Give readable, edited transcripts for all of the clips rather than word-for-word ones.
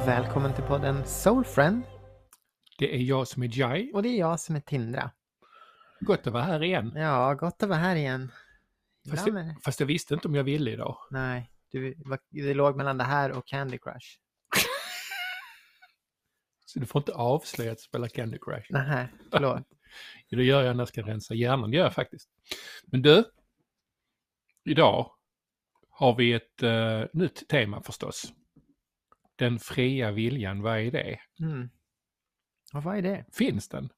Välkommen till podden Soul Friend. Det är jag som är Jai. Och det är jag som är Tindra. Gott att vara här igen. Ja, gott att vara här igen. Fast jag visste inte om jag ville idag. Nej, det låg mellan det här och Candy Crush. Så du får inte avslöja att spela Candy Crush. Nej, förlåt. Det gör jag när jag ska rensa hjärnan. Det gör jag faktiskt. Men du, idag har vi ett nytt tema förstås. Den fria viljan, vad är det? Och vad är det? Finns den?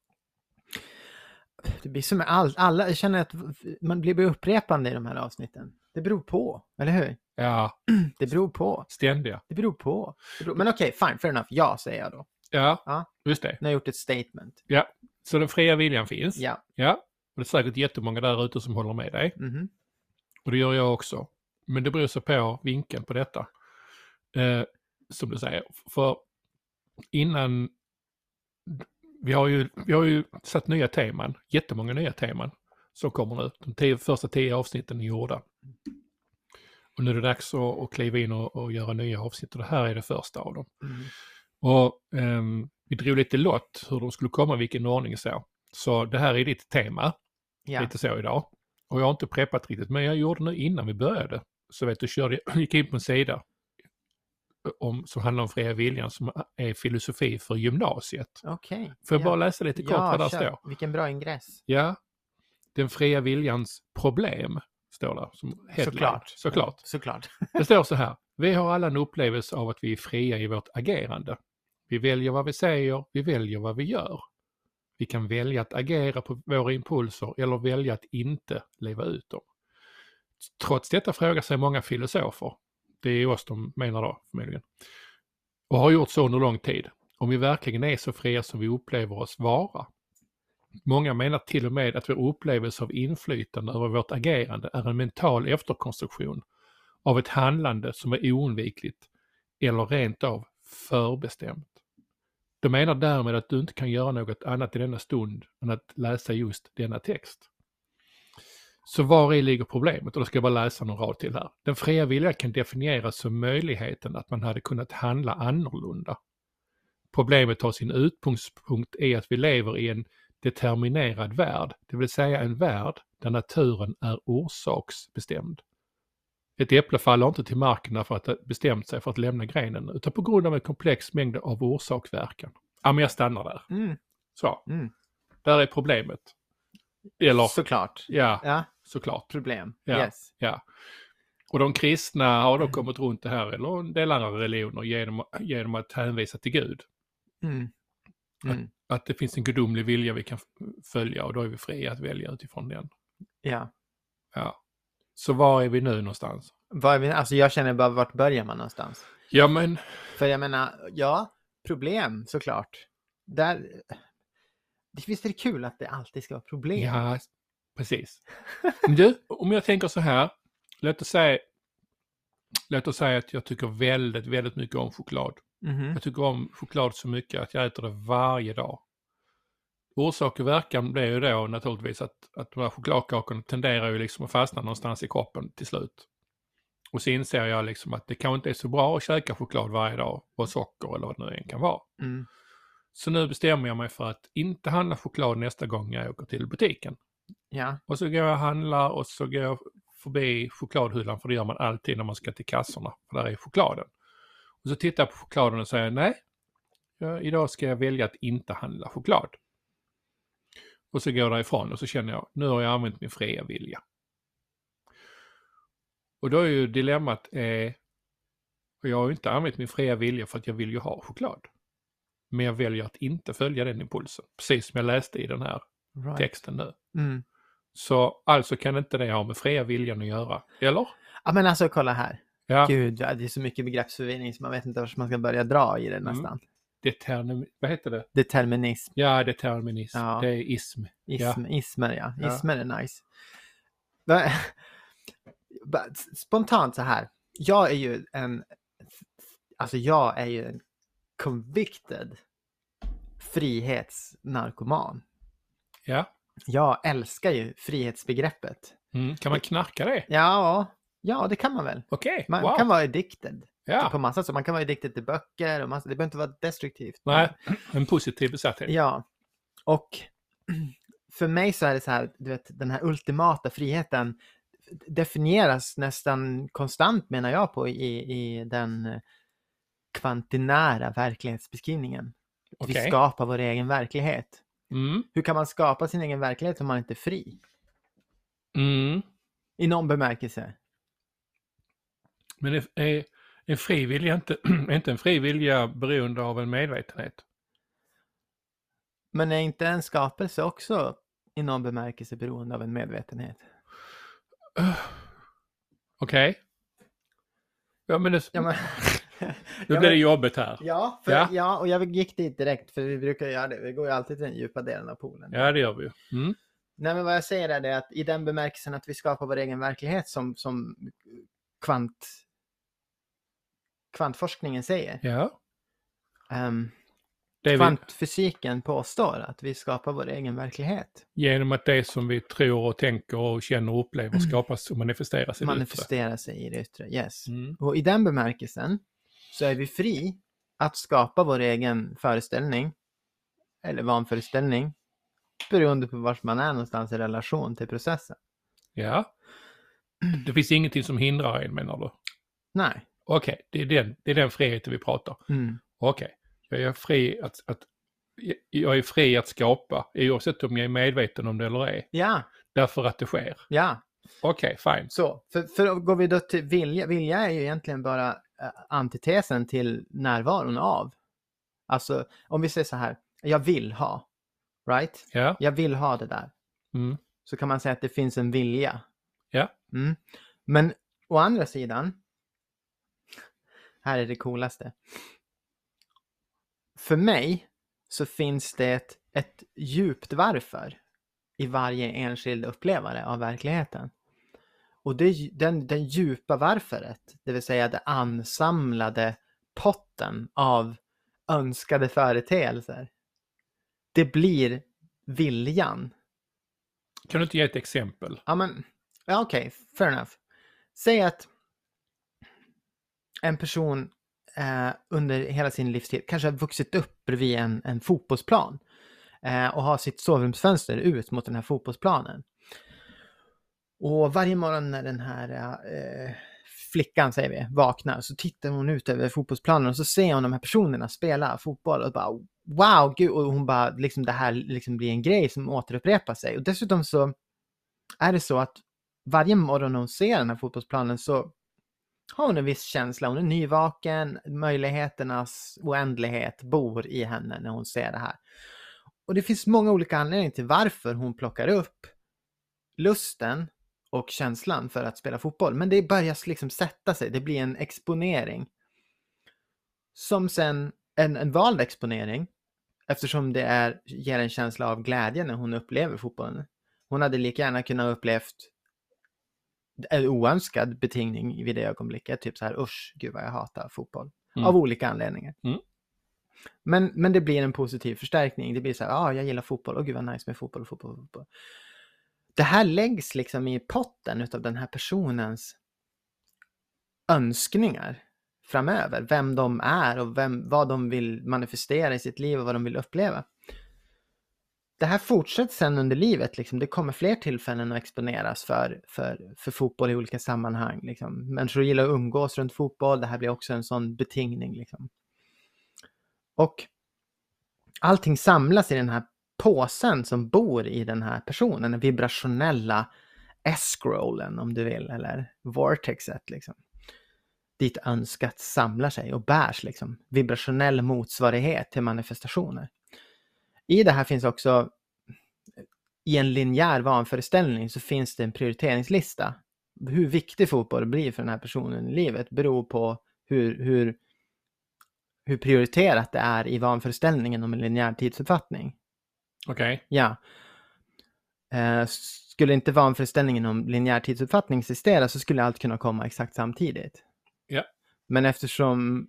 Det blir som med alla, jag känner att man blir upprepande i de här avsnitten. Det beror på, eller hur? Ja. Det beror på. Ständiga. Det beror på. Men okej, fine, fair enough. Ja, säger jag då. Ja, just det. Nu har jag gjort ett statement. Ja, så den fria viljan finns. Ja. Ja, och det är säkert jättemånga där ute som håller med dig. Mm-hmm. Och det gör jag också. Men det beror sig på vinkeln på detta. Som du säger. För innan... Vi har ju satt nya teman. Jättemånga nya teman som kommer nu. De första 10 avsnitten är gjorda. Och nu är det dags att kliva in och göra nya avsnitt. Och det här är det första av dem. Mm. Och vi drog lite lott hur de skulle komma, vilken ordning så. Så det här är ditt tema. Ja. Lite så idag. Och jag har inte preppat riktigt, men jag gjorde det nu innan vi började. Så vet du, gick in på en sida som handlar om fria viljan, som är filosofi för gymnasiet. Okej. Får jag bara läsa lite kort vad där står? Vilken bra ingress. Ja, den fria viljans problem står där som headline. Såklart. Det står så här: vi har alla en upplevelse av att vi är fria i vårt agerande. Vi väljer vad vi säger, vi väljer vad vi gör. Vi kan välja att agera på våra impulser eller välja att inte leva ut dem. Trots detta frågar sig många filosofer, det är oss de menar då förmodligen, och har gjort så under lång tid, om vi verkligen är så fria som vi upplever oss vara. Många menar till och med att vår upplevelse av inflytande över vårt agerande är en mental efterkonstruktion av ett handlande som är oundvikligt eller rent av förbestämt. De menar därmed att du inte kan göra något annat i denna stund än att läsa just denna text. Så var i ligger problemet? Och då ska jag bara läsa någon rad till här. Den fria viljan kan definieras som möjligheten att man hade kunnat handla annorlunda. Problemet har sin utgångspunkt i att vi lever i en determinerad värld, det vill säga en värld där naturen är orsaksbestämd. Ett äpple faller inte till marken för att det bestämt sig för att lämna grenen, utan på grund av en komplex mängd av orsaksverkan. Ja, men jag stannar där. Så, där är problemet. Eller, såklart. Ja, såklart. Problem. Ja, Yes. Ja. Och de kristna har då kommit runt det här, eller en del andra religioner, genom att hänvisa till Gud. Att det finns en gudomlig vilja vi kan följa, och då är vi fria att välja utifrån den. Ja. Så var är vi nu någonstans? Alltså jag känner bara, vart börjar man någonstans? Ja, men... För jag menar, problem såklart. Visst är det kul att det alltid ska vara problem? Ja, precis. Men du, om jag tänker så här, låt oss säga att jag tycker väldigt, väldigt mycket om choklad. Jag tycker om choklad så mycket att jag äter det varje dag. Orsak och verkan blir ju då naturligtvis att de här chokladkakorna tenderar ju liksom att fastna någonstans i kroppen till slut. Och så inser jag liksom att det kanske inte är så bra att käka choklad varje dag och socker eller vad det nu än kan vara. Så nu bestämmer jag mig för att inte handla choklad nästa gång jag åker till butiken. Ja. Och så går jag och handlar och så går jag förbi chokladhyllan, för det gör man alltid när man ska till kassorna, för där är chokladen. Och så tittar jag på chokladen och säger nej, idag ska jag välja att inte handla choklad. Och så går jag därifrån och så känner jag, nu har jag använt min fria vilja. Och då är ju dilemmat, och jag har ju inte använt min fria vilja för att jag vill ju ha choklad. Men jag väljer att inte följa den impulsen. Precis som jag läste i den här texten nu. Så alltså kan inte det ha med fria viljan att göra, eller? Ja, men alltså kolla här. Ja. Gud, det är så mycket begreppsförvirring som man vet inte var man ska börja dra i det nästan. Vad heter det? Determinism. Ja, determinism. Ja. Det är ism. Ismer, ja. Ismer är nice. Spontant så här. Jag är ju en convicted frihetsnarkoman. Ja. Jag älskar ju frihetsbegreppet. Kan man knarka det? Ja, det kan man väl. Okej, Man wow. kan vara addicted. på massa så. Man kan vara addicted till böcker och massa, det behöver inte vara destruktivt. Nej, en positiv besatthet. Ja, och för mig så är det så här, du vet, den här ultimata friheten definieras nästan konstant, menar jag på, i den kvantinära verklighetsbeskrivningen. Vi skapar vår egen verklighet. Hur kan man skapa sin egen verklighet om man inte är fri? I någon bemärkelse. Men är en fri vilja är inte en fri vilja beroende av en medvetenhet? Men är inte en skapelse också i någon bemärkelse beroende av en medvetenhet? Okej. Ja, men nu blir det jobbet här. Ja, och jag gick dit direkt, för vi brukar göra det. Vi går ju alltid till den djupa delen av poolen. Ja, det gör vi ju. Nej, men vad jag säger är det att i den bemärkelsen att vi skapar vår egen verklighet som kvantforskningen säger. Ja. Kvantfysiken påstår att vi skapar vår egen verklighet. Genom att det som vi tror och tänker och känner och upplever skapas och manifesteras i det yttre. Yes. Och i den bemärkelsen så är vi fri att skapa vår egen föreställning eller vanföreställning beroende på var man är någonstans i relation till processen. Ja. Det finns ingenting som hindrar en, menar du? Nej. Okej, det är den friheten vi pratar. Okej. Jag är fri att skapa, oavsett om jag är medveten om det eller ej. Ja. Därför att det sker. Ja. Okej, fine. Så, för går vi då till vilja. Vilja är ju egentligen bara antitesen till närvaron av. Alltså, om vi säger så här. Jag vill ha. Right? Ja. Jag vill ha det där. Så kan man säga att det finns en vilja. Ja. Men å andra sidan. Här är det coolaste. För mig så finns det ett djupt varför i varje enskild upplevare av verkligheten. Och den djupa varföret, det vill säga det ansamlade potten av önskade företeelser, det blir viljan. Kan du inte ge ett exempel? Ja, okej, fair enough. Säg att en person under hela sin livstid kanske har vuxit upp bredvid en fotbollsplan och har sitt sovrumsfönster ut mot den här fotbollsplanen. Och varje morgon när den här flickan, säger vi, vaknar så tittar hon ut över fotbollsplanen och så ser hon de här personerna spela fotboll och bara wow, gud, och hon bara liksom det här liksom blir en grej som återupprepar sig. Och dessutom så är det så att varje morgon när hon ser den här fotbollsplanen så har hon en viss känsla, hon är nyvaken, möjligheternas oändlighet bor i henne när hon ser det här. Och det finns många olika anledningar till varför hon plockar upp lusten och känslan för att spela fotboll. Men det börjar liksom sätta sig, det blir en exponering. Som sen en vald exponering, eftersom det ger en känsla av glädje när hon upplever fotbollen. Hon hade lika gärna kunnat upplevt en oönskad betingning vid det ögonblicket. Typ så här, usch, gud vad jag hatar fotboll. Av olika anledningar. Men det blir en positiv förstärkning. Det blir så här, jag gillar fotboll. Och gud vad nice med fotboll. Det här läggs liksom i potten utav den här personens önskningar framöver. Vem de är och vad de vill manifestera i sitt liv och vad de vill uppleva. Det här fortsätter sen under livet. Liksom. Det kommer fler tillfällen att exponeras för fotboll i olika sammanhang. Liksom. Människor gillar att umgås runt fotboll. Det här blir också en sån betingning. Liksom. Och allting samlas i den här påsen som bor i den här personen. Den vibrationella S-scrollen om du vill. Eller vortexet liksom. Dit önskat samlar sig och bärs liksom. Vibrationell motsvarighet till manifestationer. I det här finns också, i en linjär vanföreställning så finns det en prioriteringslista. Hur viktig fotboll blir för den här personen i livet beror på hur prioriterat det är i vanföreställningen om en linjär tidsuppfattning. Okej. Ja. Skulle inte vanföreställningen om linjär tidsuppfattning existera så skulle allt kunna komma exakt samtidigt. Ja. Men eftersom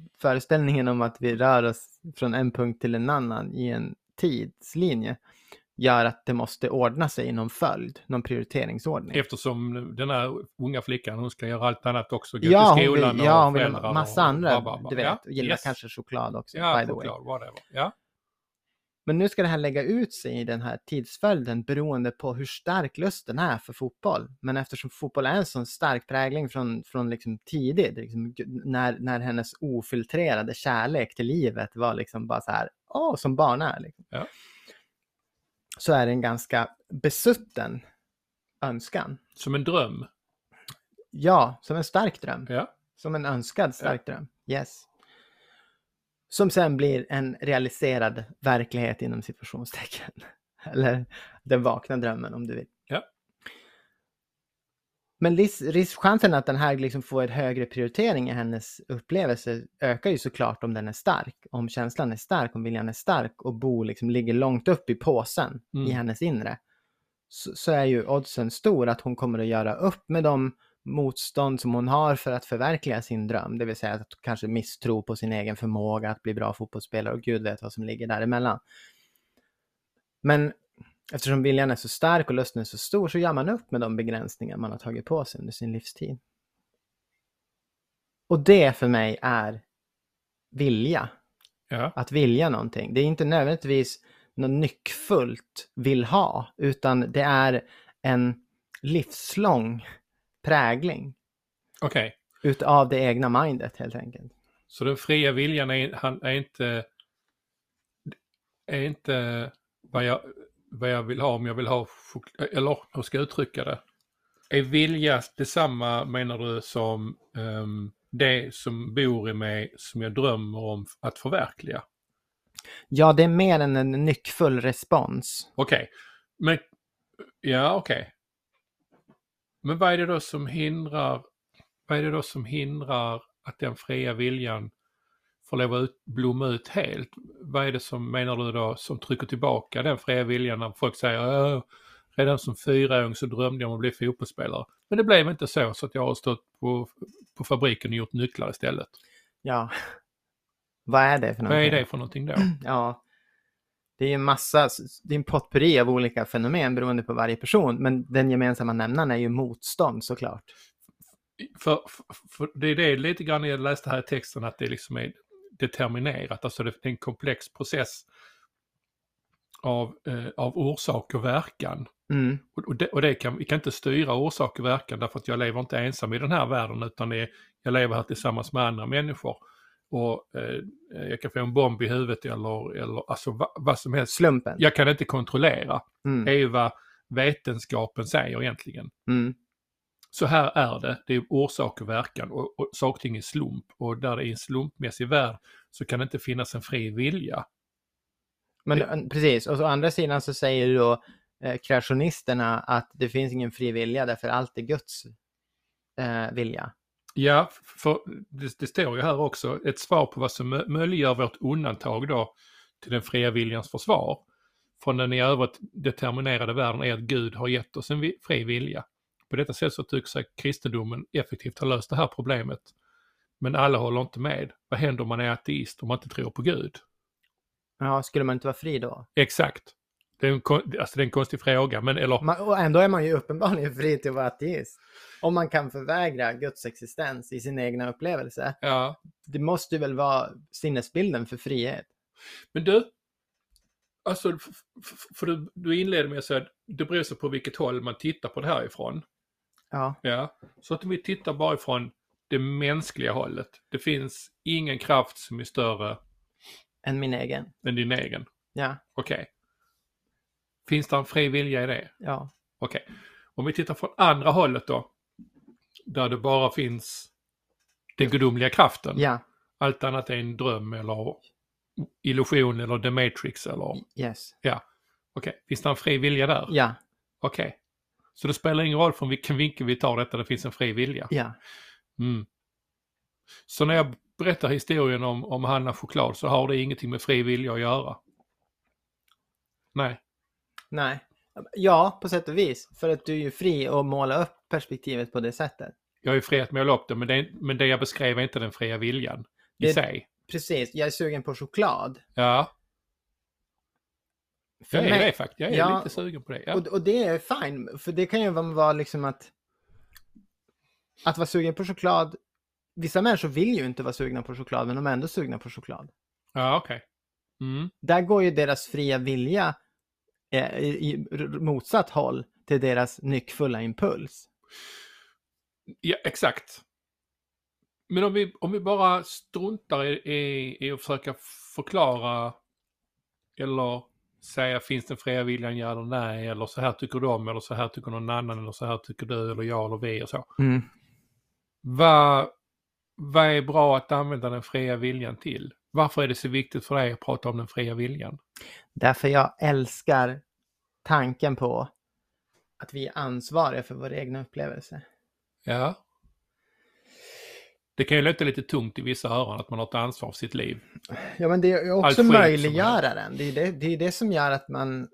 föreställningen om att vi rör oss från en punkt till en annan i en tidslinje gör att det måste ordna sig i någon följd, någon prioriteringsordning. Eftersom den här unga flickan, hon ska göra allt annat också, gå till skolan hon vill ha massa andra, du vet, gillar kanske choklad också, by the way. Whatever. Ja. Men nu ska det här lägga ut sig i den här tidsföljden beroende på hur stark lusten är för fotboll. Men eftersom fotboll är en sån stark prägling från liksom tidigt, liksom, när hennes ofiltrerade kärlek till livet var liksom bara så här, som barn är. Liksom. Ja. Så är det en ganska besutten önskan. Som en dröm? Ja, som en stark dröm. Ja. Som en önskad stark dröm. Yes. Som sen blir en realiserad verklighet inom situationstecken. Eller den vakna drömmen om du vill. Ja. Men chansen att den här liksom får en högre prioritering i hennes upplevelse ökar ju såklart om den är stark. Om känslan är stark, om viljan är stark och Bo liksom ligger långt upp i påsen i hennes inre. Så är ju oddsen stor att hon kommer att göra upp med de motstånd som hon har för att förverkliga sin dröm. Det vill säga att kanske misstro på sin egen förmåga att bli bra fotbollsspelare och Gud vet vad som ligger däremellan. Men eftersom viljan är så stark och lusten är så stor så gör man upp med de begränsningar man har tagit på sig under sin livstid. Och det för mig är vilja. Ja. Att vilja någonting. Det är inte nödvändigtvis något nyckfullt vill ha, utan det är en livslång prägling. Okej. Utav det egna mindet helt enkelt. Så den fria viljan är inte vad jag vill ha, om jag vill ha eller hur ska jag uttrycka det? Är vilja detsamma, menar du, som det som bor i mig som jag drömmer om att förverkliga? Ja, det är mer än en nyckfull respons. Okej. Men Men vad är det då som hindrar att den fria viljan får blomma ut helt? Vad är det som, menar du då, som trycker tillbaka den fria viljan när folk säger redan som 4-åring så drömde jag om att bli fotbollsspelare. Men det blev inte så att jag har stått på fabriken och gjort nycklar istället. Ja. Vad är det för någonting? Vad är det för någonting då? Ja. Det är en potpurri av olika fenomen beroende på varje person. Men den gemensamma nämnaren är ju motstånd såklart. För det är det lite grann jag läste här i texten, att det liksom är determinerat. Alltså det är en komplex process av orsak och verkan. Mm. Och vi kan inte styra orsak och verkan, därför att jag lever inte ensam i den här världen, utan jag lever här tillsammans med andra människor. Och jag kan få en bomb i huvudet eller alltså vad som helst. Slumpen. Jag kan inte kontrollera. Det är ju vad vetenskapen säger egentligen. Mm. Så här är det är orsak och verkan, och saker och ting är slump. Och där det är en slumpmässig värld så kan det inte finnas en fri vilja. Men precis, och så andra sidan så säger ju då kreationisterna att det finns ingen fri vilja därför allt är Guds vilja. Ja, för det står ju här också ett svar på vad som möjliggör vårt undantag då till den fria viljans försvar från den i övrigt determinerade världen är att Gud har gett oss en fri vilja. På detta sätt så tycks sig kristendomen effektivt ha löst det här problemet. Men alla håller inte med. Vad händer om man är ateist om man inte tror på Gud? Ja, skulle man inte vara fri då? Exakt. Det är en konstig fråga. Men, och ändå är man ju uppenbarligen fri till att vara ateist. Om man kan förvägra Guds existens i sin egna upplevelse. Ja. Det måste väl vara sinnesbilden för frihet. Men du, alltså, för du inleder med att säga att det beror sig på vilket håll man tittar på det här ifrån. Ja. Så att vi tittar bara ifrån det mänskliga hållet. Det finns ingen kraft som är större än min egen. Än din egen? Ja. Okej. Finns det en fri vilja i det? Ja. Okej. Om vi tittar från andra hållet då. Där det bara finns den gudomliga kraften. Ja. Allt annat är en dröm eller illusion eller The Matrix eller... Yes. Ja. Okej. Finns det en fri vilja där? Ja. Okej. Så det spelar ingen roll från vilken vinkel vi tar detta, det finns en fri vilja? Ja. Mm. Så när jag berättar historien om Hanna Choklad så har det ingenting med fri vilja att göra? Nej. Ja, på sätt och vis. För att du är ju fri att måla upp perspektivet på det sättet. Jag är fri att måla upp det, men det jag beskrev är inte den fria viljan i sig. Precis, jag är sugen på choklad. Ja. Jag är det faktiskt. Jag är lite sugen på det. Ja. Och det är fine. För det kan ju vara liksom att vara sugen på choklad. Vissa människor vill ju inte vara sugna på choklad, men de är ändå sugna på choklad. Ja, okej. Mm. Där går ju deras fria vilja i motsatt håll till deras nyckfulla impuls. Ja, exakt. Men om vi bara struntar i att försöka förklara eller säga finns den fria viljan, ja eller nej, eller så här tycker de, eller så här tycker någon annan, eller så här tycker du, eller jag, eller vi och så. Mm. Vad är bra att använda den fria viljan till? Varför är det så viktigt för dig att prata om den fria viljan? Därför jag älskar tanken på att vi är ansvariga för vår egna upplevelse. Ja. Det kan ju låta lite tungt i vissa öron att man har ett ansvar för sitt liv. Ja, men det är också möjliggöra den. Det är det som gör att man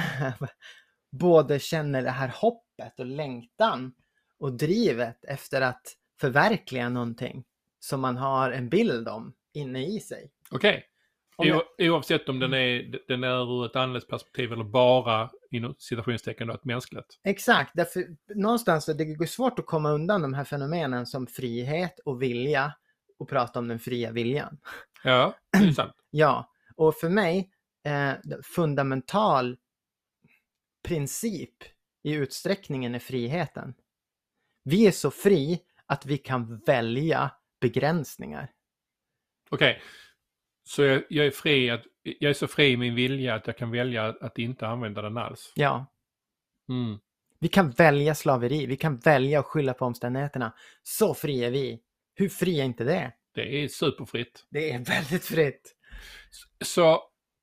både känner det här hoppet och längtan och drivet efter att förverkliga någonting som man har en bild om inne i sig. Okej. Oavsett om den är ur ett andligt perspektiv eller bara inom citationstecken ett mänskligt. Exakt, därför någonstans det går svårt att komma undan de här fenomenen som frihet och vilja och prata om den fria viljan. Ja, det är sant. Ja, och för mig fundamental princip i utsträckningen är friheten. Vi är så fri att vi kan välja begränsningar. Okej. Så jag är så fri i min vilja att jag kan välja att inte använda den alls. Ja. Mm. Vi kan välja slaveri. Vi kan välja att skylla på omständigheterna. Så fri är vi. Hur fri är inte det? Det är superfritt. Det är väldigt fritt. Så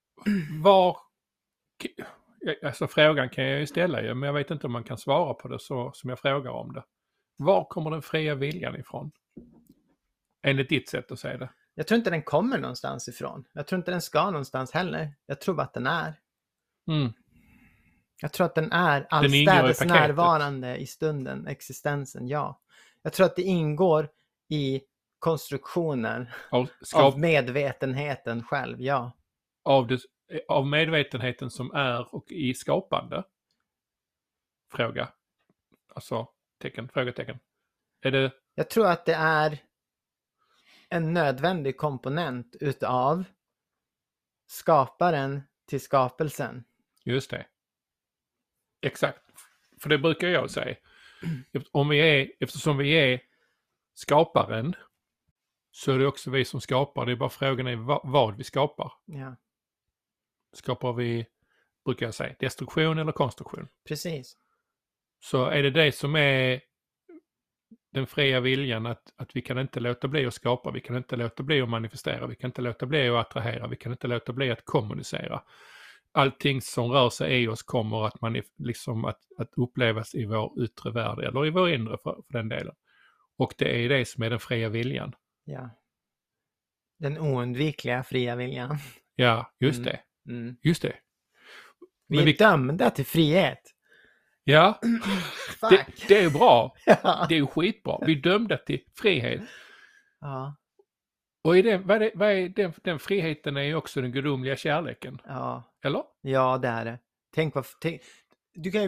alltså frågan kan jag ju ställa, men jag vet inte om man kan svara på det så som jag frågar om det. Var kommer den fria viljan ifrån? Enligt ditt sätt att säga det. Jag tror inte den kommer någonstans ifrån. Jag tror inte den ska någonstans heller. Jag tror att den är. Mm. Jag tror att den är allstädes närvarande i stunden, existensen, ja. Jag tror att det ingår i konstruktionen av medvetenheten själv, ja. Av medvetenheten som är och i skapande? Fråga. Alltså, frågetecken. Är det... Jag tror att det är en nödvändig komponent utav skaparen till skapelsen. Just det. Exakt. För det brukar jag säga. Eftersom vi är skaparen så är det också vi som skapar. Det är bara frågan är vad vi skapar. Ja. Skapar vi, brukar jag säga, destruktion eller konstruktion? Precis. Så är det som är den fria viljan att vi kan inte låta bli att skapa, vi kan inte låta bli att manifestera, vi kan inte låta bli att attrahera, vi kan inte låta bli att kommunicera. Allting som rör sig i oss kommer att att upplevas i vår yttre värld eller i vår inre för den delen. Och det är det som är den fria viljan. Ja. Den oundvikliga fria viljan. Ja, just det. Mm. Just det. Vi är dömda till frihet. Ja, det är bra. Ja. Det är skitbra. Vi är dömda till frihet. Ja. Och den friheten är ju också den gudomliga kärleken. Ja. Eller? Ja, det är det. Du kan ju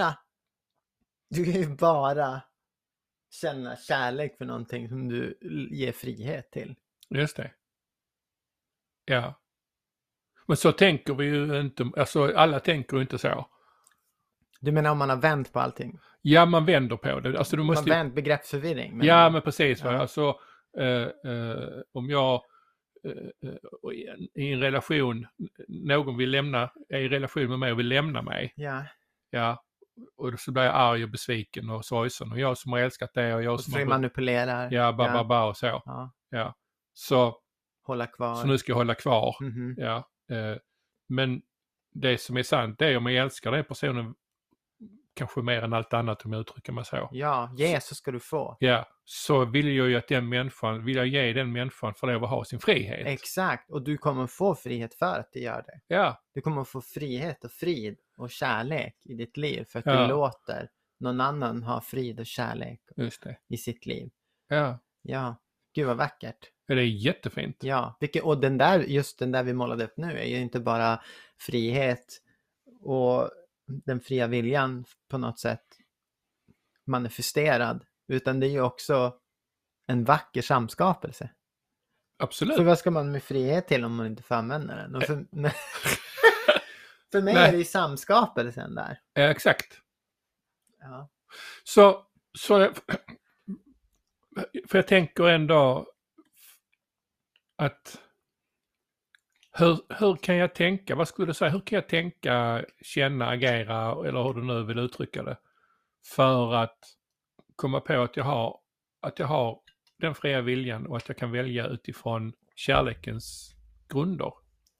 bara känna kärlek för någonting som du ger frihet till. Just det. Ja. Men så tänker vi ju inte, alltså alla tänker ju inte så. Du menar om man har vänt på allting? Ja, man vänder på det. Alltså, man har vänt begreppsförvirring. Ja, men precis. Ja. Alltså, om jag i en relation, någon är i relation med mig och vill lämna mig. Ja. Ja. Och så blir jag arg och besviken och sorgsen. Och jag som har älskat det och jag som har... manipulerar. Ja, och så. Ja. Ja. Så hålla kvar. Så nu ska jag hålla kvar. Mm-hmm. Ja. Men det som är sant är om jag älskar den personen kanske mer än allt annat om jag uttrycker mig så. Ja, så ska du få. Ja, så vill jag ju att ge den människan för att ha sin frihet. Exakt, och du kommer få frihet för att du gör det. Ja. Du kommer få frihet och frid och kärlek i ditt liv för att du låter någon annan ha frid och kärlek i sitt liv. Ja. Ja, gud vad vackert. Ja, det är jättefint. Ja, och den där vi målade upp nu är ju inte bara frihet och den fria viljan på något sätt manifesterad, utan det är ju också en vacker samskapelse. Absolut. För vad ska man med frihet till om man inte får använda den? Och för mig är det ju samskapelsen där. Exakt. Ja. Så för jag tänker ändå att hur kan jag tänka, vad skulle du säga, hur kan jag tänka, känna, agera eller hur du nu vill uttrycka det för att komma på att jag har den fria viljan och att jag kan välja utifrån kärlekens grunder?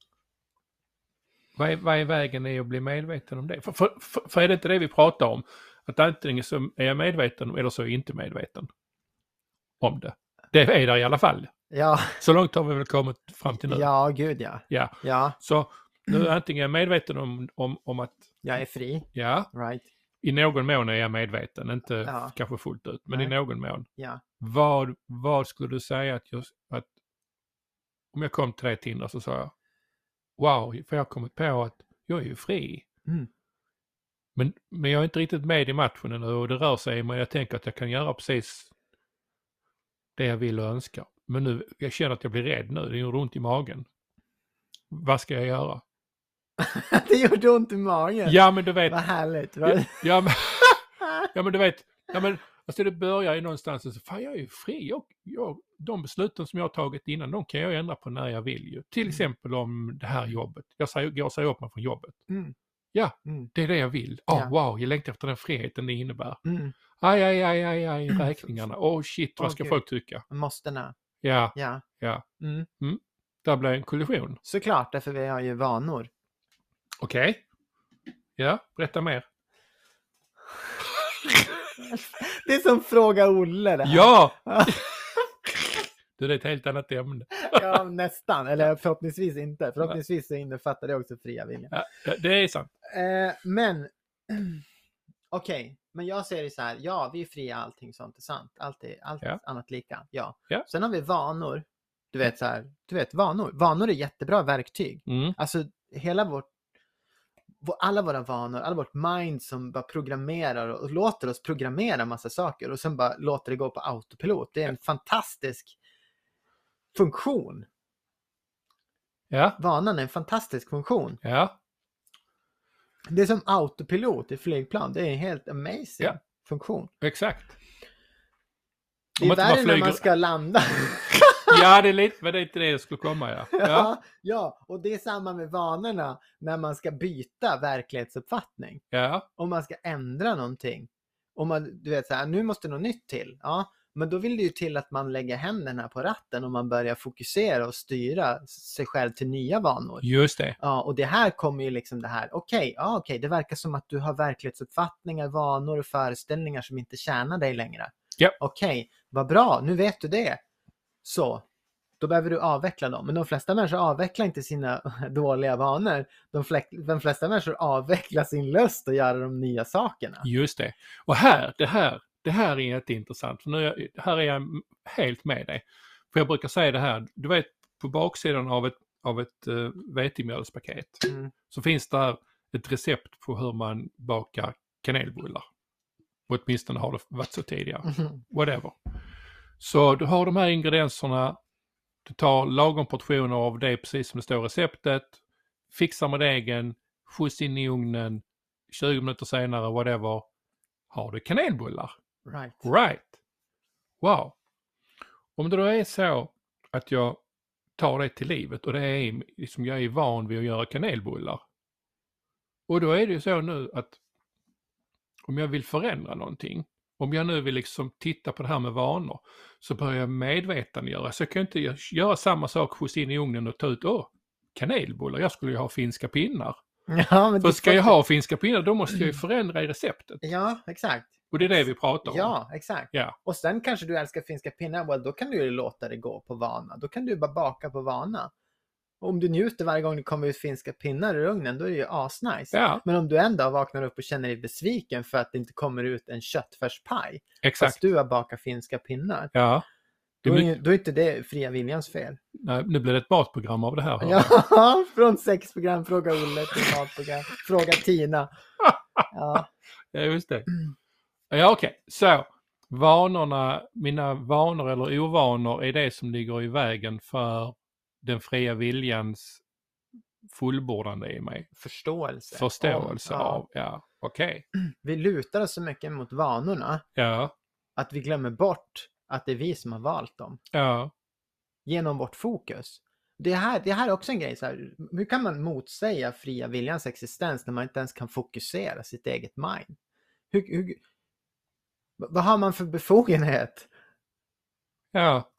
Vad är vägen i att bli medveten om det? För är det inte det vi pratar om? Att antingen så är jag medveten eller så är jag inte medveten om det. Det är där i alla fall. Ja. Så långt har vi väl kommit fram till nu. Ja, gud ja. Ja. Så nu antingen är jag medveten om att jag är fri. Ja. Right. I någon mån är jag medveten, inte kanske fullt ut, men i någon mån. Ja. Vad skulle du säga att om jag kom till dig Tinder så sa jag wow, för jag har kommit på att jag är ju fri. Mm. Men jag är inte riktigt med i matchen ännu och det rör sig, men jag tänker att jag kan göra precis det jag vill och önskar. Men nu, jag känner att jag blir rädd nu, det gör ont i magen. Vad ska jag göra? Det gjorde ont i magen? Ja, men du vet. Vad härligt. Ja, men du vet. Ja, men alltså det börjar ju någonstans och så, fan jag är ju fri. De besluten som jag har tagit innan, de kan jag ändra på när jag vill ju. Till exempel om det här jobbet. Jag säger upp mig från jobbet. Mm. Ja, det är det jag vill. Wow, jag längtar efter den friheten det innebär. Mm. Aj, räkningarna. Shit, vad ska folk tycka? Måstena. Ja. Mm. Där blir en kollision. Såklart, därför vi har ju vanor. Okej. Ja, berätta mer. Det är som fråga Olle det här. Ja! Det är ett helt annat ämne. Ja, nästan. Eller förhoppningsvis inte. Förhoppningsvis så innefattar det också fria viljan. Ja, det är sant. Men okej. Men jag ser det så här. Ja, vi är fria, allting sånt är sant. Allt annat lika. Ja. Sen har vi vanor. Du vet så här. Vanor. Vanor är jättebra verktyg. Alltså hela alla våra vanor, alla vårt mind som bara programmerar och låter oss programmera massa saker och sen bara låter det gå på autopilot. Det är en fantastisk funktion. Ja. Vanan är en fantastisk funktion. Ja. Det är som autopilot i flygplan. Det är en helt amazing funktion. Exakt. Det är värre när man ska landa. Ja, det är lite, men det är inte det jag skulle komma, Ja, och det är samma med vanorna när man ska byta verklighetsuppfattning. Ja. Om man ska ändra någonting. Om man, du vet så här, nu måste något nytt till. Ja, men då vill det ju till att man lägger händerna på ratten och man börjar fokusera och styra sig själv till nya vanor. Just det. Ja, och det här kommer ju liksom det här. Okej, det verkar som att du har verklighetsuppfattningar, vanor och föreställningar som inte tjänar dig längre. Ja. Okej, vad bra, nu vet du det. Så, då behöver du avveckla dem. Men de flesta människor avvecklar inte sina dåliga vanor. De flesta människor avvecklar sin lust att göra de nya sakerna. Just det. Och det här är jätteintressant. För nu här är jag helt med dig. För jag brukar säga det här. Du vet, på baksidan av ett vetemjölspaket så finns där ett recept på hur man bakar kanelbullar. Och åtminstone har det varit så tidigare. Whatever. Så du har de här ingredienserna, du tar lagom portioner av det precis som det står i receptet, fixar med degen, skjuts in i ugnen, 20 minuter senare, whatever, har du kanelbullar. Right. Wow. Om det då är så att jag tar det till livet och det är liksom jag är van vid att göra kanelbullar. Och då är det ju så nu att om jag vill förändra någonting, om jag nu vill liksom titta på det här med vanor, så börjar jag medvetandegöra. Så jag kan inte göra samma sak, skjuts in i ugnen och ta ut kanelbullar. Jag skulle ju ha finska pinnar. Ja, men för ska jag ha finska pinnar, då måste jag ju förändra i receptet. Ja, exakt. Och det är det vi pratar om. Ja, exakt. Ja. Och sen kanske du älskar finska pinnar, well, då kan du ju låta det gå på vana. Då kan du bara baka på vana. Och om du njuter varje gång det kommer ut finska pinnar ur ugnen, då är det ju asnice. Ja. Men om du ändå vaknar upp och känner dig besviken för att det inte kommer ut en köttfärspaj, Exakt. fast du har bakat finska pinnar, Då är inte det fria viljans fel. Nej, nu blir det ett matprogram av det här. Ja, från sexprogram, fråga Olle till matprogram. Fråga Tina. Ja, just det. Ja, okej. Så, mina vanor eller ovanor är det som ligger i vägen för den fria viljans fullbordande i mig. Förståelse av, ja. Okej. Vi lutar oss så mycket mot vanorna. Ja. Att vi glömmer bort att det är vi som har valt dem. Ja. Genom vårt fokus. Det här är också en grej. Så här, hur kan man motsäga fria viljans existens när man inte ens kan fokusera sitt eget mind? Vad har man för befogenhet? Ja.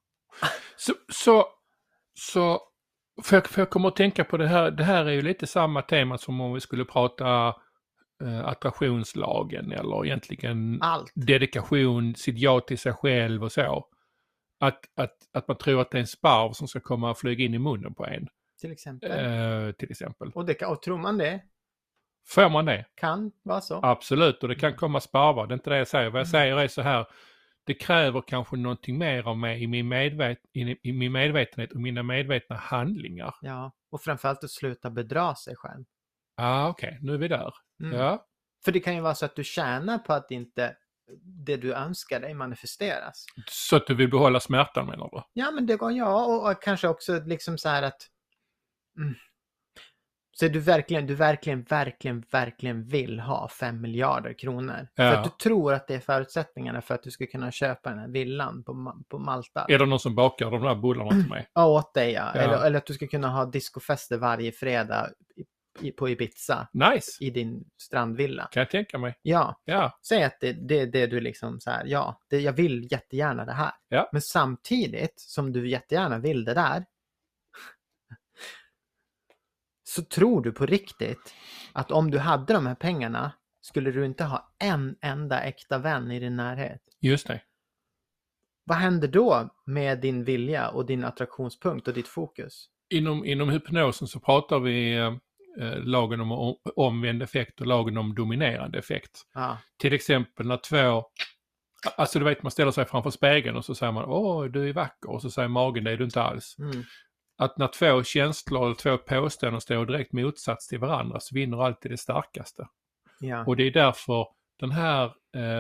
Så för jag kommer att tänka på det här. Det här är ju lite samma tema som om vi skulle prata attraktionslagen eller egentligen allt. Dedikation, sitt ja till sig själv och så. Att man tror att det är en sparv som ska komma och flyga in i munnen på en. Till exempel. Och tror man det? Får man det? Kan vara så. Absolut, och det kan komma sparvar. Det är inte det jag säger. Vad jag säger är så här. Det kräver kanske någonting mer av mig i min medvetenhet och mina medvetna handlingar. Ja, och framförallt att sluta bedra sig själv. Okej. Nu är vi där. Ja. För det kan ju vara så att du tjänar på att inte det du önskar dig manifesteras. Så att du vill behålla smärtan, menar du? Ja, men det går och kanske också liksom så här att så du verkligen vill ha 5 miljarder kronor. Ja. För att du tror att det är förutsättningarna för att du ska kunna köpa den här villan på Malta. Är det någon som bakar de där bullarna till mig? Ja, åt dig, ja. Eller att du ska kunna ha discofester varje fredag på Ibiza. Nice. I din strandvilla. Kan jag tänka mig. Ja. Säg att det du liksom så här, jag vill jättegärna det här. Ja. Men samtidigt som du jättegärna vill det där, så tror du på riktigt att om du hade de här pengarna skulle du inte ha en enda äkta vän i din närhet. Just det. Vad händer då med din vilja och din attraktionspunkt och ditt fokus? Inom hypnosen så pratar vi lagen om omvänd effekt och lagen om dominerande effekt. Till exempel när alltså du vet, man ställer sig framför spegeln och så säger man, du är vacker, och så säger magen, det är du inte alls. Att när 2 känslor eller 2 påståenden står direkt motsats till varandra så vinner alltid det starkaste. Ja. Och det är därför den här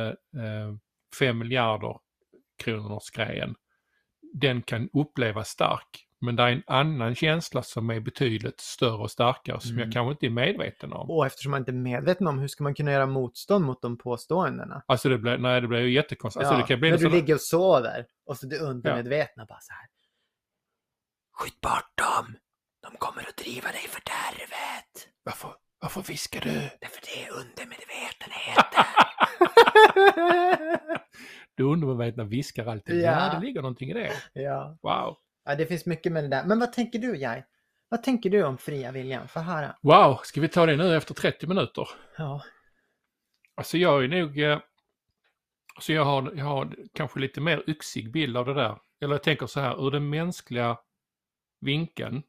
5 miljarder kronors grejen, den kan upplevas stark. Men det är en annan känsla som är betydligt större och starkare som jag kanske inte är medveten om. Och eftersom man inte är medveten om, hur ska man kunna göra motstånd mot de påståendena? Alltså det blir ju jättekonstigt. Ja, alltså det kan bli när du ligger och sover och så det undermedvetna bara så här. Skjut bort dem! De kommer att driva dig för fördärvet! Varför viskar du? Därför det är undermedvetenheten. Du undermedvetna viskar alltid. Ja, det ligger någonting i det. Ja. Wow. Ja, det finns mycket med det där. Men vad tänker du, Jai? Vad tänker du om fria viljan? Få höra. Wow, ska vi ta det nu efter 30 minuter? Ja. Alltså jag är nog... Alltså jag har kanske lite mer yxig bild av det där. Eller jag tänker så här, ur den mänskliga vinkeln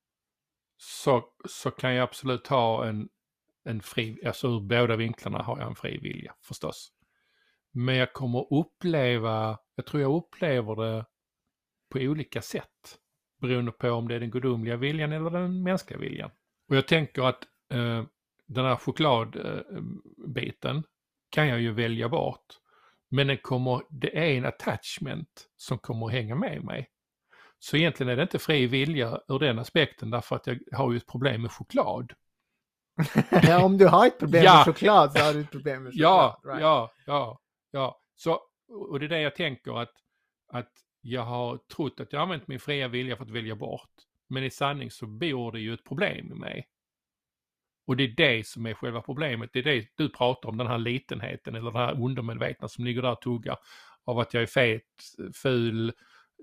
så kan jag absolut ha en fri... Alltså ur båda vinklarna har jag en fri vilja, förstås. Men jag kommer uppleva... Jag tror jag upplever det på olika sätt. Beroende på om det är den gudomliga viljan eller den mänskliga viljan. Och jag tänker att den här chokladbiten kan jag ju välja bort. Men det är en attachment som kommer att hänga med mig. Så egentligen är det inte fri vilja ur den aspekten, därför att jag har ju ett problem med choklad. Ja, om du har ett problem med choklad så har du ett problem med choklad. Ja. Så, och det är det jag tänker, att jag har trott att jag har använt min fria vilja för att välja bort. Men i sanning så bor det ju ett problem i mig. Och det är det som är själva problemet. Det är det du pratar om, den här litenheten eller det här undermedvetna som ligger där och tuggar av att jag är fet, ful,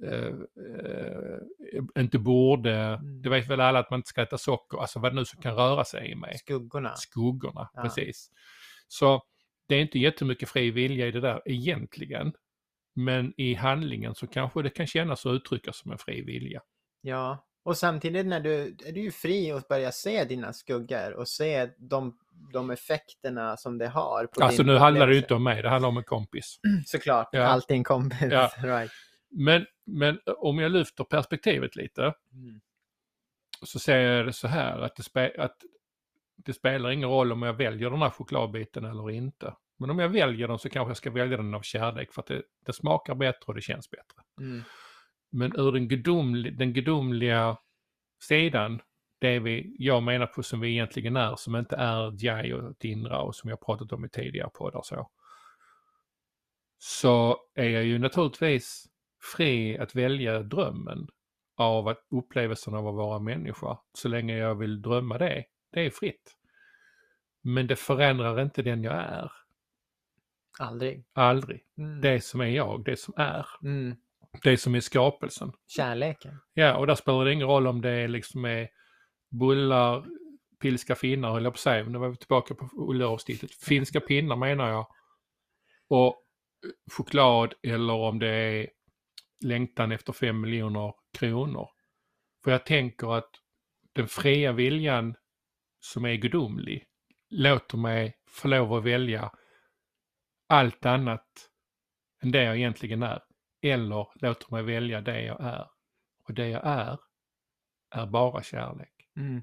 inte borde. Det vet väl alla att man inte ska äta socker. Alltså vad det nu som kan röra sig i mig. Skuggorna, ja. Precis. Så det är inte jättemycket fri vilja i det där egentligen. Men i handlingen så kanske det kan kännas och uttryckas som en fri vilja. Ja, och samtidigt är du ju fri att börja se dina skuggor och se de effekterna som det har. På alltså nu handlar det ju inte om mig, det handlar om en kompis. Såklart, alltid en kompis. Ja. Right. Men om jag lyfter perspektivet lite så ser jag det så här att det spelar ingen roll om jag väljer den här chokladbiten eller inte. Men om jag väljer den så kanske jag ska välja den av kärlek för att det smakar bättre och det känns bättre. Men ur den gudomliga sidan, det jag menar på som vi egentligen är, som inte är Jai och Dindra och som jag pratat om i tidigare poddar så är jag ju naturligtvis fri att välja drömmen av att upplevelsen av att vara människa. Så länge jag vill drömma det är fritt. Men det förändrar inte den jag är. Aldrig. Det som är jag, det som är. Det som är skapelsen. Kärleken. Ja, och där spelar det ingen roll om det liksom är bullar, pilska finnar, höll jag på att säga. Nu var vi tillbaka på Olle-avsnittet. Finska pinnar menar jag. Och choklad, eller om det är längtan efter 5 miljoner kronor. För jag tänker att den fria viljan som är gudomlig låter mig få lov att välja allt annat än det jag egentligen är. Eller låter mig välja det jag är. Och det jag är bara kärlek.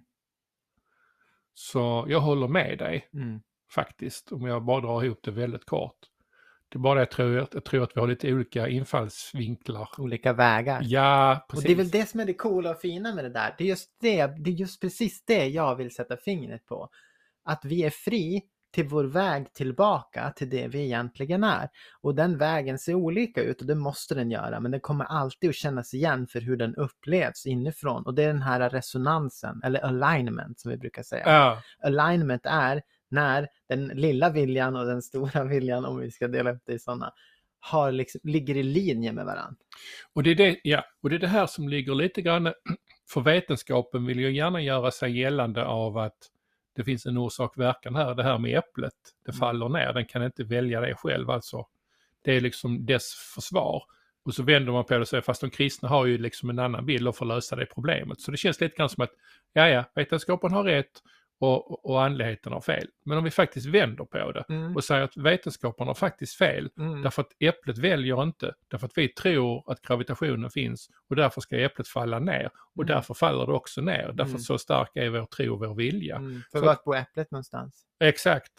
Så jag håller med dig faktiskt, om jag bara drar ihop det väldigt kort. Det är bara det jag tror att vi har lite olika infallsvinklar. Olika vägar. Ja, precis. Och det är väl det som är det coola och fina med det där. Det är just precis det jag vill sätta fingret på. Att vi är fri till vår väg tillbaka till det vi egentligen är. Och den vägen ser olika ut och det måste den göra. Men den kommer alltid att kännas igen för hur den upplevs inifrån. Och det är den här resonansen, eller alignment som vi brukar säga. Ja. Alignment är när den lilla viljan och den stora viljan, om vi ska dela upp det i sådana, ligger i linje med varandra. Och det är det här som ligger lite grann, för vetenskapen vill ju gärna göra sig gällande av att det finns en orsak-verkan här. Det här med äpplet, det faller ner, den kan inte välja det själv alltså. Det är liksom dess försvar. Och så vänder man på det och säger, fast de kristna har ju liksom en annan bild för att lösa det problemet. Så det känns lite grann som att, vetenskapen har rätt och andligheten har fel. Men om vi faktiskt vänder på det och säger att vetenskapen har faktiskt fel, därför att äpplet väljer inte, därför att vi tror att gravitationen finns och därför ska äpplet falla ner och därför faller det också ner, därför att så stark är vår tro och vår vilja. För vart bor äpplet någonstans? Exakt.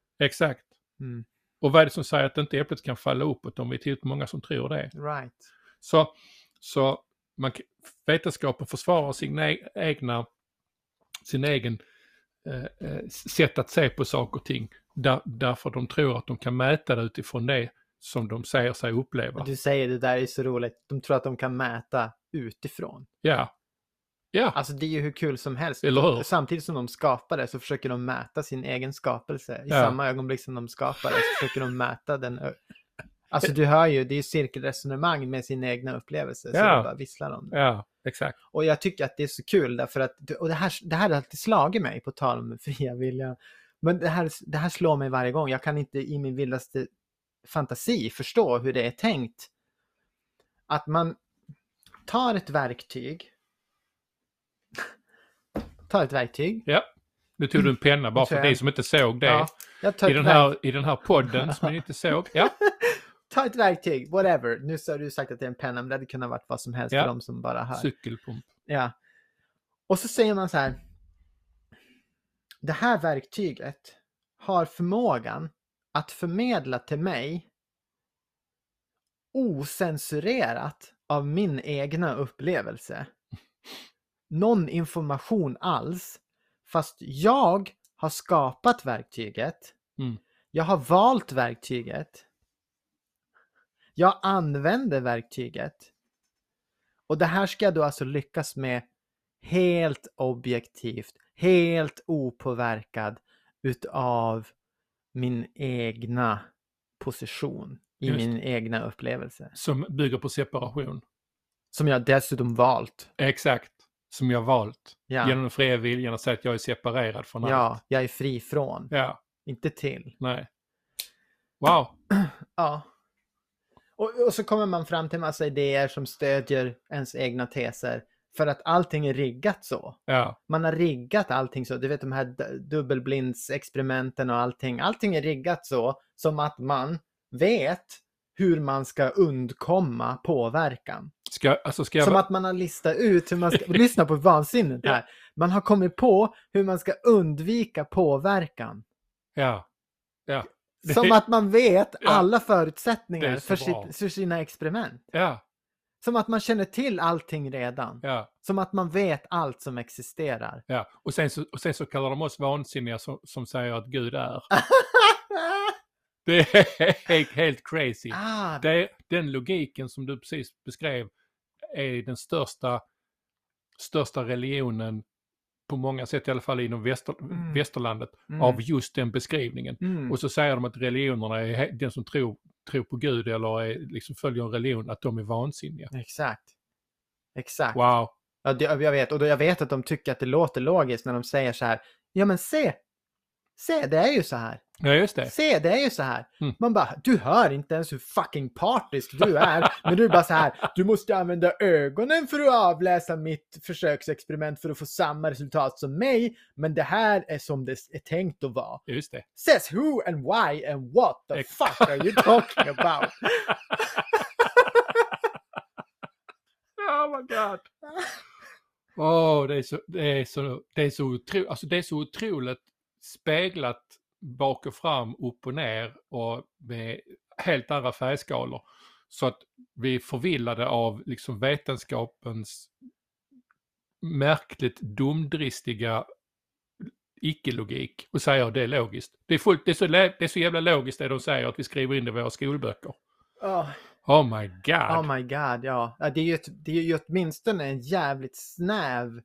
Och vad är det som säger att inte äpplet kan falla uppåt om vi är tillräckligt många som tror det? Right. Så vetenskapen försvarar sin egen sätt att se på saker och ting därför de tror att de kan mäta det utifrån det som de säger sig uppleva. Du säger det där är så roligt. De tror att de kan mäta utifrån. Ja. Alltså det är ju hur kul som helst. Eller hur? Samtidigt som de skapar det så försöker de mäta sin egen skapelse. I samma ögonblick som de skapar det så försöker de mäta den. Alltså du hör ju, det är ju cirkelresonemang med sina egna upplevelser. Så de bara visslar om det. Ja, exakt. Och jag tycker att det är så kul därför att, och det här har alltid slagit mig på tal om fria viljan. Men det här slår mig varje gång. Jag kan inte i min vildaste fantasi förstå hur det är tänkt. Att man tar ett verktyg. Ja, nu tog du en penna bara för dig som inte såg det. I den här podden som ni inte såg. Ja. Ta ett verktyg, whatever. Nu så har du sagt att det är en penna, men det hade kunnat vara vad som helst för de som bara hör. Cykelpump. Ja. Och så säger man så här. Det här verktyget har förmågan att förmedla till mig osensurerat av min egna upplevelse någon information alls, fast jag har skapat verktyget. Jag har valt verktyget. Jag använder verktyget. Och det här ska jag då alltså lyckas med helt objektivt, helt opåverkad utav min egna position i min egna upplevelse. Som bygger på separation. Som jag dessutom valt. Exakt. Som jag valt. Genom den fria viljan att säga att jag är separerad från allt. Ja, jag är fri från. Ja. Inte till. Nej. Wow. Ja. Och så kommer man fram till en massa idéer som stödjer ens egna teser. För att allting är riggat så. Ja. Man har riggat allting så. Du vet de här dubbelblindsexperimenten och allting. Allting är riggat så. Som att man vet hur man ska undkomma påverkan. Som att man har listat ut hur man ska... Lyssna på vansinnet här. Man har kommit på hur man ska undvika påverkan. Ja. Som att man vet alla förutsättningar för sina experiment. Ja. Som att man känner till allting redan. Ja. Som att man vet allt som existerar. Ja. Och sen så kallar de oss vansinniga som säger att Gud är. Det är helt crazy. Den logiken som du precis beskrev är den största religionen på många sätt, i alla fall inom västerlandet, av just den beskrivningen. Och så säger de att religionerna är den som tror på Gud eller liksom följer en religion, att de är vansinniga. Exakt. Wow. Ja, jag vet att de tycker att det låter logiskt när de säger så här: ja men se, det är ju så här. Ja, just det. Se, det är ju så här. Man bara, du hör inte ens hur fucking partisk du är. Men du är bara så här, du måste använda ögonen för att avläsa mitt försöksexperiment för att få samma resultat som mig. Men det här är som det är tänkt att vara. Just det. Says who and why and what the fuck are you talking about? Oh my god. Det är så otroligt speglat bak och fram, upp och ner och med helt andra färgskalor, så att vi är förvillade av liksom vetenskapens märkligt dumdristiga icke-logik och säger att det är logiskt. Det är så jävla logiskt det de säger, att vi skriver in det i våra skolböcker. Oh my god. Oh my god, ja. Det är ju åtminstone en jävligt snäv,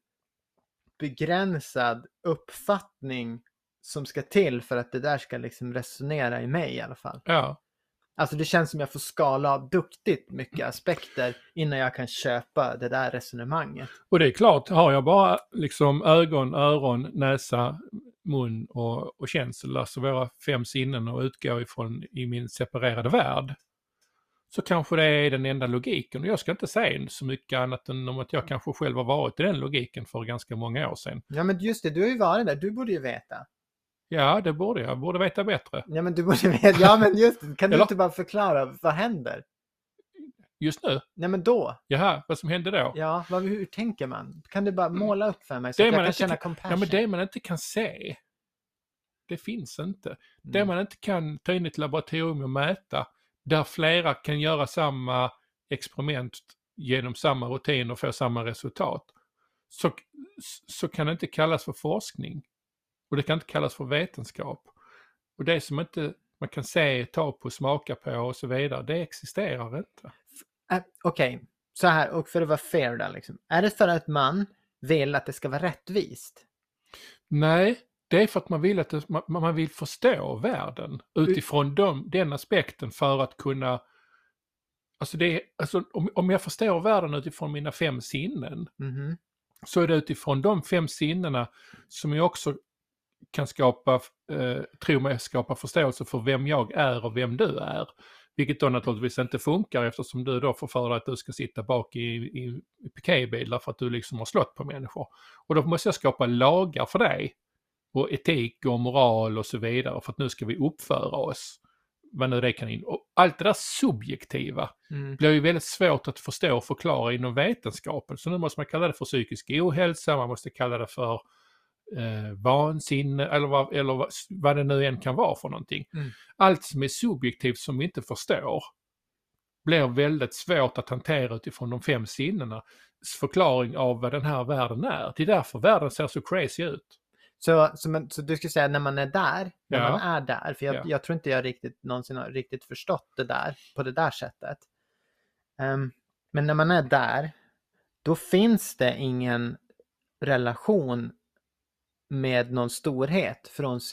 begränsad uppfattning som ska till för att det där ska liksom resonera i mig i alla fall. Ja. Alltså det känns som jag får skala av duktigt mycket aspekter innan jag kan köpa det där resonemanget. Och det är klart, har jag bara liksom ögon, öron, näsa, mun och känsel, alltså våra 5 sinnen, och utgår ifrån i min separerade värld, så kanske det är den enda logiken. Och jag ska inte säga så mycket annat än om att jag kanske själv har varit i den logiken för ganska många år sedan. Ja, men just det, du har ju varit där, du borde ju veta. Ja, det borde jag. Borde veta bättre. Ja, men du borde veta. Ja, men just det. Kan du inte bara förklara vad händer? Just nu? Nej, men då. Jaha, vad som hände då? Ja, hur tänker man? Kan du bara måla upp för mig så att jag kan känna compassion? Ja, men det man inte kan se, det finns inte. Det man inte kan ta in i ett laboratorium och mäta, där flera kan göra samma experiment genom samma rutin och få samma resultat, så kan det inte kallas för forskning. Och det kan inte kallas för vetenskap. Och det som inte man kan se, ta på, smaka på och så vidare, det existerar inte. Okej, så här, och för att vara fair där liksom. Är det för att man vill att det ska vara rättvist? Nej, det är för att man vill att man vill förstå världen utifrån den aspekten, för att kunna... Alltså om jag förstår världen utifrån mina 5 sinnen, så är det utifrån de 5 sinnena som jag också kan skapa förståelse för vem jag är och vem du är. Vilket då naturligtvis inte funkar, eftersom du då får för dig att du ska sitta bak i piketbilar för att du liksom har slått på människor. Och då måste jag skapa lagar för dig. Och etik och moral och så vidare, för att nu ska vi uppföra oss. Vad nu det kan in. Och allt det där subjektiva blir ju väldigt svårt att förstå och förklara inom vetenskapen. Så nu måste man kalla det för psykisk ohälsa, man måste kalla det för vansinne eller vad det nu än kan vara för någonting. Allt som är subjektivt som vi inte förstår blir väldigt svårt att hantera utifrån de 5 sinnena förklaring av vad den här världen är. Det är därför världen ser så crazy ut. Så du skulle säga när man är där, för jag tror inte jag någonsin har riktigt förstått det där på det där sättet. Men när man är där, då finns det ingen relation med någon storhet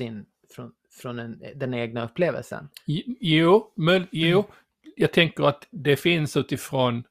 från den egna upplevelsen. Jo, jag tänker att det finns utifrån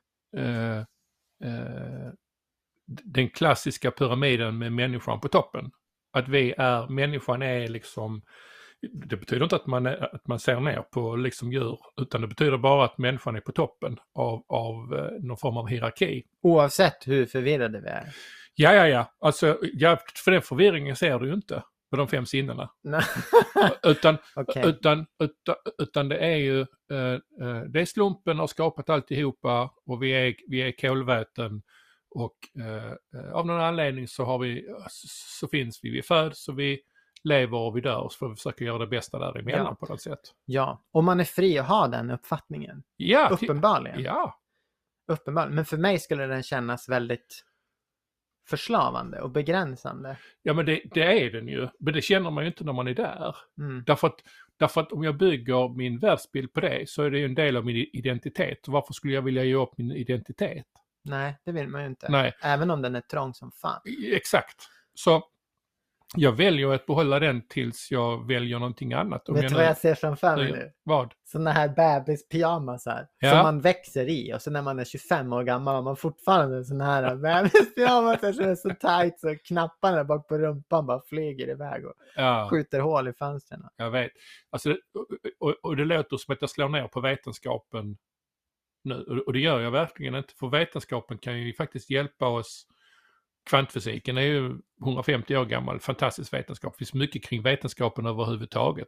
den klassiska pyramiden med människan på toppen. Att människan är liksom, det betyder inte att man ser ner på liksom djur, utan det betyder bara att människan är på toppen av någon form av hierarki. Oavsett hur förvirrade vi är. Ja. Alltså, för den förvirringen ser du ju inte. på de 5 sinnena. Okay. Utan det är ju det är slumpen har skapat alltihopa och vi är kolväten och av någon anledning så finns vi föds och vi lever och vi dör, så får vi försöka göra det bästa däremellan på något sätt. Ja, och man är fri att ha den uppfattningen. Ja, uppenbarligen. Ja. Uppenbarligen. Men för mig skulle den kännas väldigt förslavande och begränsande. Ja, men det är den ju. Men det känner man ju inte när man är där. Därför att om jag bygger min världsbild på det så är det ju en del av min identitet. Varför skulle jag vilja ge upp min identitet? Nej, det vill man ju inte. Nej. Även om den är trång som fan. Exakt. Så jag väljer att behålla den tills jag väljer någonting annat. Vet du vad jag ser framför mig nu? Vad? Sådana här bebispyjamasar som man växer i. Och så när man är 25 år gammal har man fortfarande sådana här bebispyjamasar som är så tight så knapparna bak på rumpan bara flyger iväg och skjuter hål i fönstren. Jag vet. Alltså, och det låter som att jag slår ner på vetenskapen nu. Och det gör jag verkligen inte. För vetenskapen kan ju faktiskt hjälpa oss. Kvantfysiken är ju 150 år gammal, fantastisk vetenskap. Det finns mycket kring vetenskapen överhuvudtaget.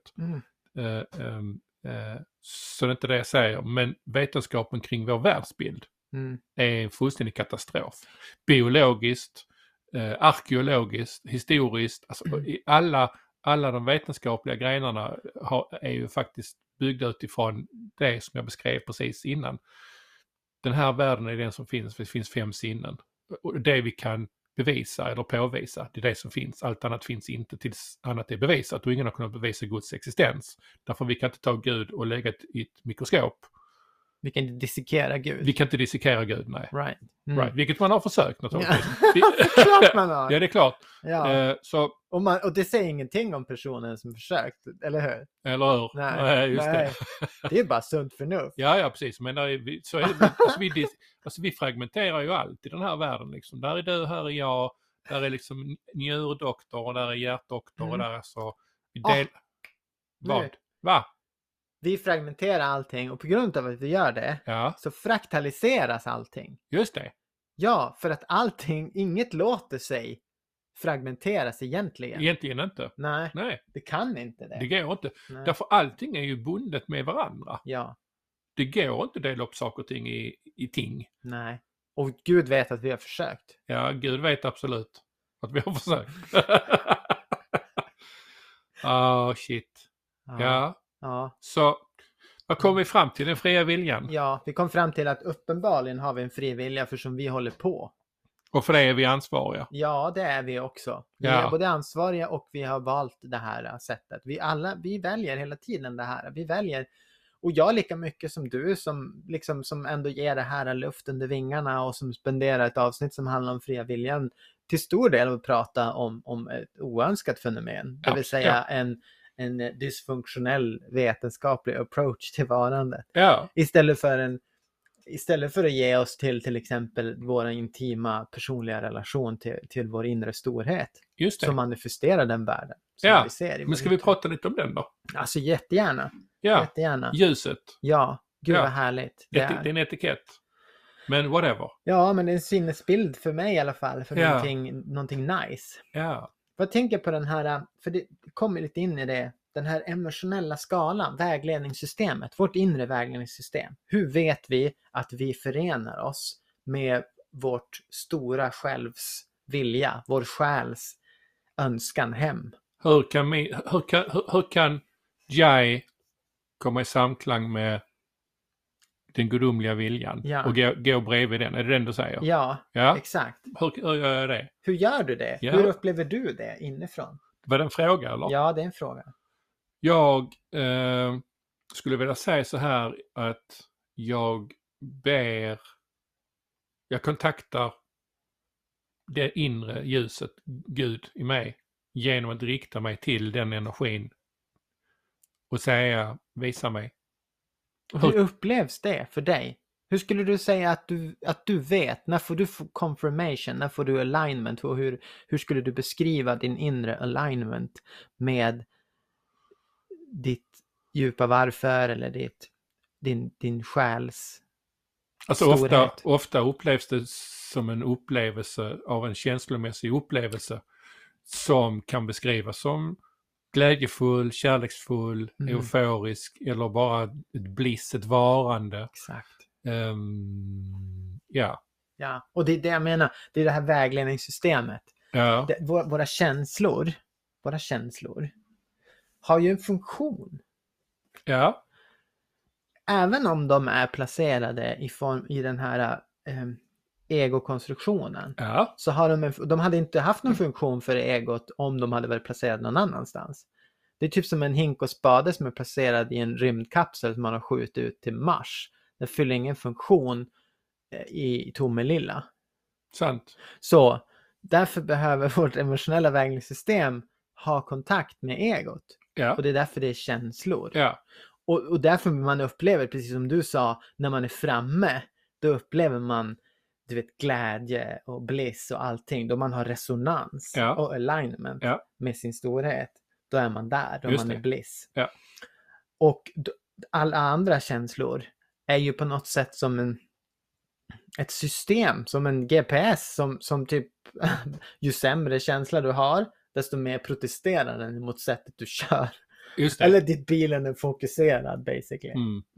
Så det är inte det jag säger. Men vetenskapen kring vår världsbild är en fullständig katastrof. Biologiskt, arkeologiskt, historiskt. Alltså, alla de vetenskapliga grenarna är ju faktiskt byggda utifrån det som jag beskrev precis innan. Den här världen är den som finns. Det finns 5 sinnen. Och det vi kan bevisa eller påvisa, det är det som finns. Allt annat finns inte tills annat är bevisat och ingen har kunnat bevisa Guds existens. Därför vi kan inte ta Gud och lägga i ett mikroskop. Vi kan inte dissekera Gud. Vi kan inte dissekera Gud, nej. Right. Right. Vilket man har försökt naturligtvis. Klart man har. Ja, det är klart. Ja. Och det säger ingenting om personen som försökt, eller hur? Eller hur? Nej, just det. Det är bara sunt förnuft. Ja, precis. Men så är det, vi fragmenterar ju allt i den här världen. Liksom. Där är du, här är jag. Där är liksom njurdoktor och där är hjärtdoktor och där är så... Vad? Va? Vi fragmenterar allting och på grund av att vi gör det så fraktaliseras allting. Just det. Ja, för att inget låter sig fragmenteras egentligen. Egentligen inte. Nej. Det kan inte det. Det går inte. Nej. Därför allting är ju bundet med varandra. Ja. Det går inte att dela upp saker och ting i ting. Nej. Och Gud vet att vi har försökt. Ja, Gud vet absolut att vi har försökt. Shit. Ja. Så vad kom vi fram till? Den fria viljan? Ja, vi kom fram till att uppenbarligen har vi en fri vilja för som vi håller på. Och för det är vi ansvariga? Ja, det är vi också. Vi är både ansvariga och vi har valt det här sättet. Vi väljer hela tiden det här. Vi väljer, och jag lika mycket som du som ändå ger det här luft under vingarna och som spenderar ett avsnitt som handlar om fria viljan till stor del att prata om ett oönskat fenomen. Det vill säga en dysfunktionell vetenskaplig approach till varandet. Ja. Istället för att ge oss till exempel vår intima personliga relation till vår inre storhet. Just det. Som manifesterar den världen. Som vi ser men ska vi prata lite om den då? Alltså jättegärna. Ja, jättegärna. Ljuset. Ja, gud vad härligt. Det är en etikett. Men whatever. Ja, men det är en sinnesbild för mig i alla fall. För någonting nice. Ja. Jag tänker på den här, för det kommer lite in i det. Den här emotionella skalan, vägledningssystemet, vårt inre vägledningssystem. Hur vet vi att vi förenar oss med vårt stora självs vilja, vår själs önskan hem? Hur kan jag komma i samklang med den gudomliga viljan och gå bredvid den? Är det den du säger? Ja, exakt. Hur gör jag det? Hur gör du det? Ja. Hur upplever du det inifrån? Var det en fråga eller? Ja, det är en fråga. Jag skulle vilja säga så här att jag kontaktar det inre ljuset, Gud i mig, genom att rikta mig till den energin och säga, visa mig. Hur upplevs det för dig? Hur skulle du säga att du vet? När får du confirmation? När får du alignment? Och hur skulle du beskriva din inre alignment med ditt djupa varför eller din själs storhet? Ofta upplevs det som en upplevelse av en känslomässig upplevelse som kan beskrivas som glädjefull, kärleksfull, euforisk eller bara ett bliss, ett varande. Exakt. Ja. Ja, och det är det jag menar. Det är det här vägledningssystemet. Ja. Våra känslor har ju en funktion. Ja. Även om de är placerade i den här egokonstruktionen. Ja. Så har de hade inte haft någon funktion för egot om de hade varit placerade någon annanstans. Det är typ som en hink och spade som är placerad i en rymdkapsel som man har skjutit ut till Mars. Det fyller ingen funktion i Tomelilla. Sant. Så därför behöver vårt emotionella vägledningssystem ha kontakt med egot. Ja. Och det är därför det är känslor. Ja. Och därför man upplever, precis som du sa, när man är framme, då upplever man, du vet, glädje och bliss och allting. Då man har resonans och alignment med sin storhet. Då är man där, då man är bliss. Ja. Och alla andra känslor är ju på något sätt som ett system, som en GPS som typ, ju sämre känsla du har, desto mer protesterar den mot sättet du kör. Just det. Eller ditt bilen är fokuserad basically.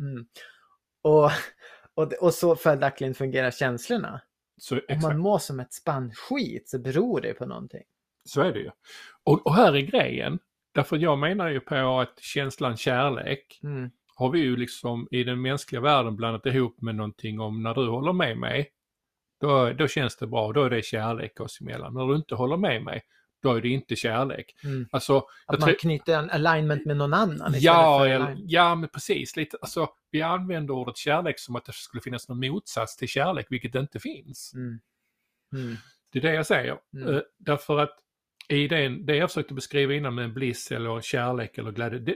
Och så följaktligen fungerar känslorna. Så, om man mår som ett spann skit så beror det på någonting. Så är det ju. Och här är grejen. Därför jag menar ju på att känslan kärlek har vi ju liksom i den mänskliga världen blandat ihop med någonting om när du håller med mig. Då känns det bra. Då är det kärlek oss emellan. När du inte håller med mig, då är det inte kärlek. Alltså, att man knyter en alignment med någon annan. Ja, men precis. Lite, alltså, vi använder ordet kärlek som att det skulle finnas någon motsats till kärlek, vilket det inte finns. Det är det jag säger. Därför att i det jag försökte beskriva innan med en bliss eller kärlek eller glädje,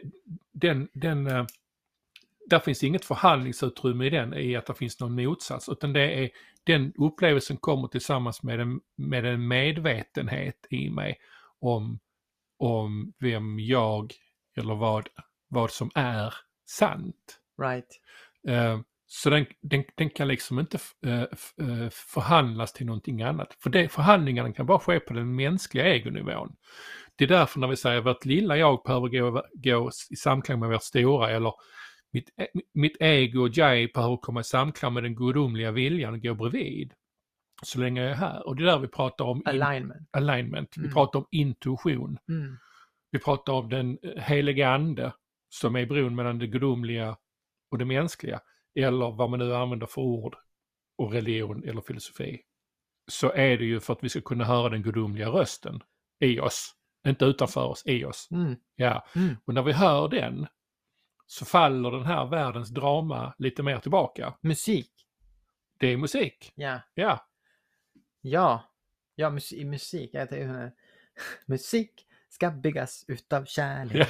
där finns inget förhandlingsutrymme i att det finns någon motsats, utan det är den upplevelsen kommer tillsammans med en medvetenhet i mig om vem jag eller vad som är sant. Right. Så den kan liksom inte förhandlas till någonting annat. För förhandlingarna kan bara ske på den mänskliga egonivån. Det är därför när vi säger att vårt lilla jag behöver gå i samklang med vårt stora, eller mitt ego och jag behöver komma i samklang med den gudomliga viljan och gå bredvid. Så länge jag är här. Och det är där vi pratar om alignment. Vi pratar om intuition. Vi pratar om den heliga ande som är bron mellan det gudomliga och det mänskliga. Eller vad man nu använder för ord och religion eller filosofi. Så är det ju för att vi ska kunna höra den gudomliga rösten i oss. Inte utanför oss, i oss. Och när vi hör den så faller den här världens drama lite mer tillbaka. Musik. Det är musik. Ja, musik. Musik ska byggas utav kärlek.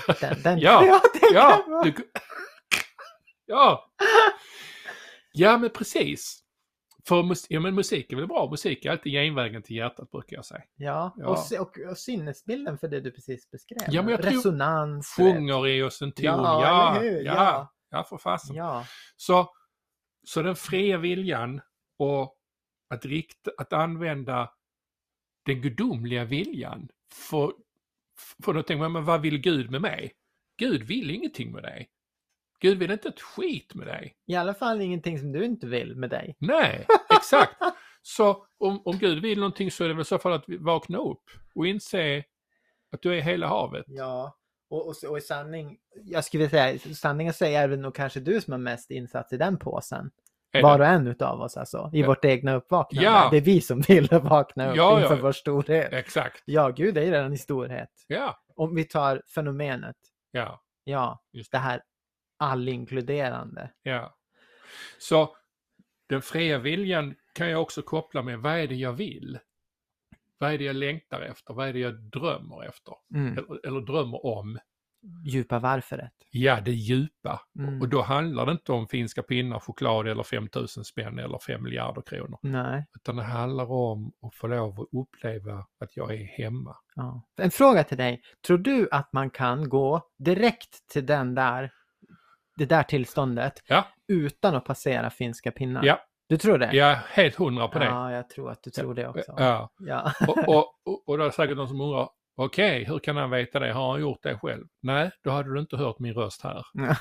Ja, men precis. Men musik är väl bra. Musik är alltid genvägen till hjärtat, brukar jag säga. Ja. Och sinnesbilden för det du precis beskrev. Ja, men jag resonans. Sjunger i oss en ton. Ja, för fasen. Ja. Så den fria viljan och att använda den gudomliga viljan för någonting. Men vad vill Gud med mig? Gud vill ingenting med dig. Gud vill inte ett skit med dig. I alla fall ingenting som du inte vill med dig. Nej, exakt. Så om Gud vill någonting så är det väl så fall att vakna upp och inse att du är hela havet. Ja, och i sanning, jag skulle säga, sanningen säger är det nog kanske du som är mest insatt i den påsen. Var och en utav oss alltså, i vårt egna uppvaknande. Ja. Det är vi som vill vakna upp inför vår storhet. Exakt. Ja, Gud är ju redan i storhet. Ja. Om vi tar fenomenet. Ja, just det här allinkluderande. Ja. Så den fria viljan kan jag också koppla med, vad är det jag vill? Vad är det jag längtar efter? Vad är det jag drömmer efter? Eller drömmer om? Djupa varföret. Ja, det djupa. Och då handlar det inte om finska pinnar, choklad eller 5000 spänn eller 5 miljarder kronor. Nej. Utan det handlar om att få lov att uppleva att jag är hemma. Ja. En fråga till dig. Tror du att man kan gå direkt till det där tillståndet utan att passera finska pinnar? Ja. Du tror det? Jag är helt 100 på det. Ja, jag tror att du tror det också. Ja. Och då är det säkert någon som undrar, Okej, hur kan han veta det? Har han gjort det själv? Nej, då hade du inte hört min röst här.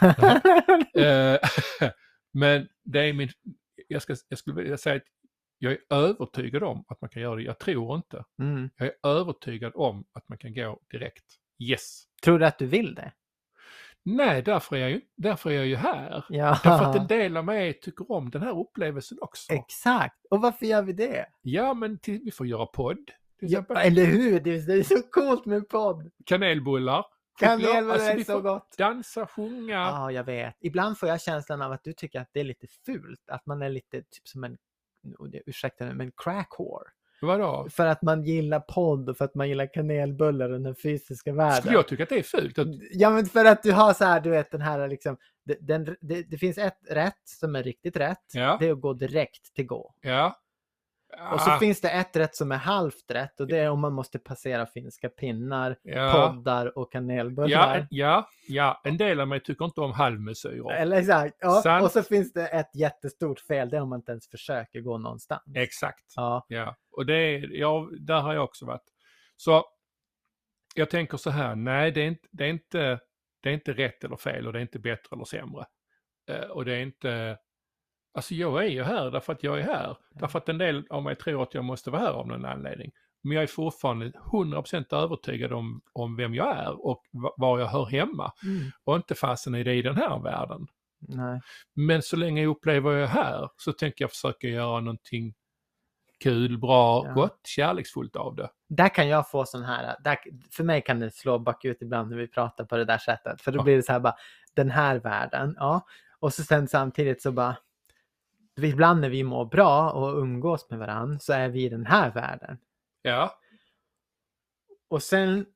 Men det är jag skulle vilja säga att jag är övertygad om att man kan göra det. Jag tror inte. Jag är övertygad om att man kan gå direkt. Yes. Tror du att du vill det? Nej, därför är jag ju här. Ja. Därför att en del av mig tycker om den här upplevelsen också. Exakt. Och varför gör vi det? Ja, men vi får göra podd. Ja, eller hur? Det är så coolt med podd. Kanelbullar. Kanelbullar är så gott. Dansa, sjunga. Ja, jag vet. Ibland får jag känslan av att du tycker att det är lite fult. Att man är lite typ som en, ursäkta mig, men crack whore. Vadå? För att man gillar podd och för att man gillar kanelbullar och den fysiska världen. Skulle jag tycka att det är fult? Ja, men för att du har så här, du vet den här liksom, det finns ett rätt som är riktigt rätt. Ja. Det är att gå direkt till gå. Ja. Och så finns det ett rätt som är halvt rätt och det är om man måste passera finska pinnar, poddar och kanelbullar. Ja. En del av mig tycker inte om halvmesyrer. Eller exakt. Ja. Och så finns det ett jättestort fel, det är om man inte ens försöker gå någonstans. Exakt. Ja. Och där har jag också varit. Så jag tänker så här, nej det är inte rätt eller fel och det är inte bättre eller sämre. Och det är inte... Alltså jag är ju här därför att jag är här. Ja. Därför att en del av mig tror att jag måste vara här av någon anledning. Men jag är fortfarande 100% övertygad om vem jag är och var jag hör hemma. Och inte fasen i det i den här världen. Nej. Men så länge jag upplever jag är här så tänker jag försöka göra någonting kul, bra, gott, kärleksfullt av det. Där kan jag få sån här, för mig kan det slå bakut ibland när vi pratar på det där sättet. För då blir det så här bara, den här världen, ja. Och så sen samtidigt så bara, ibland när vi mår bra och umgås med varandra så är vi i den här världen. Ja. Och sen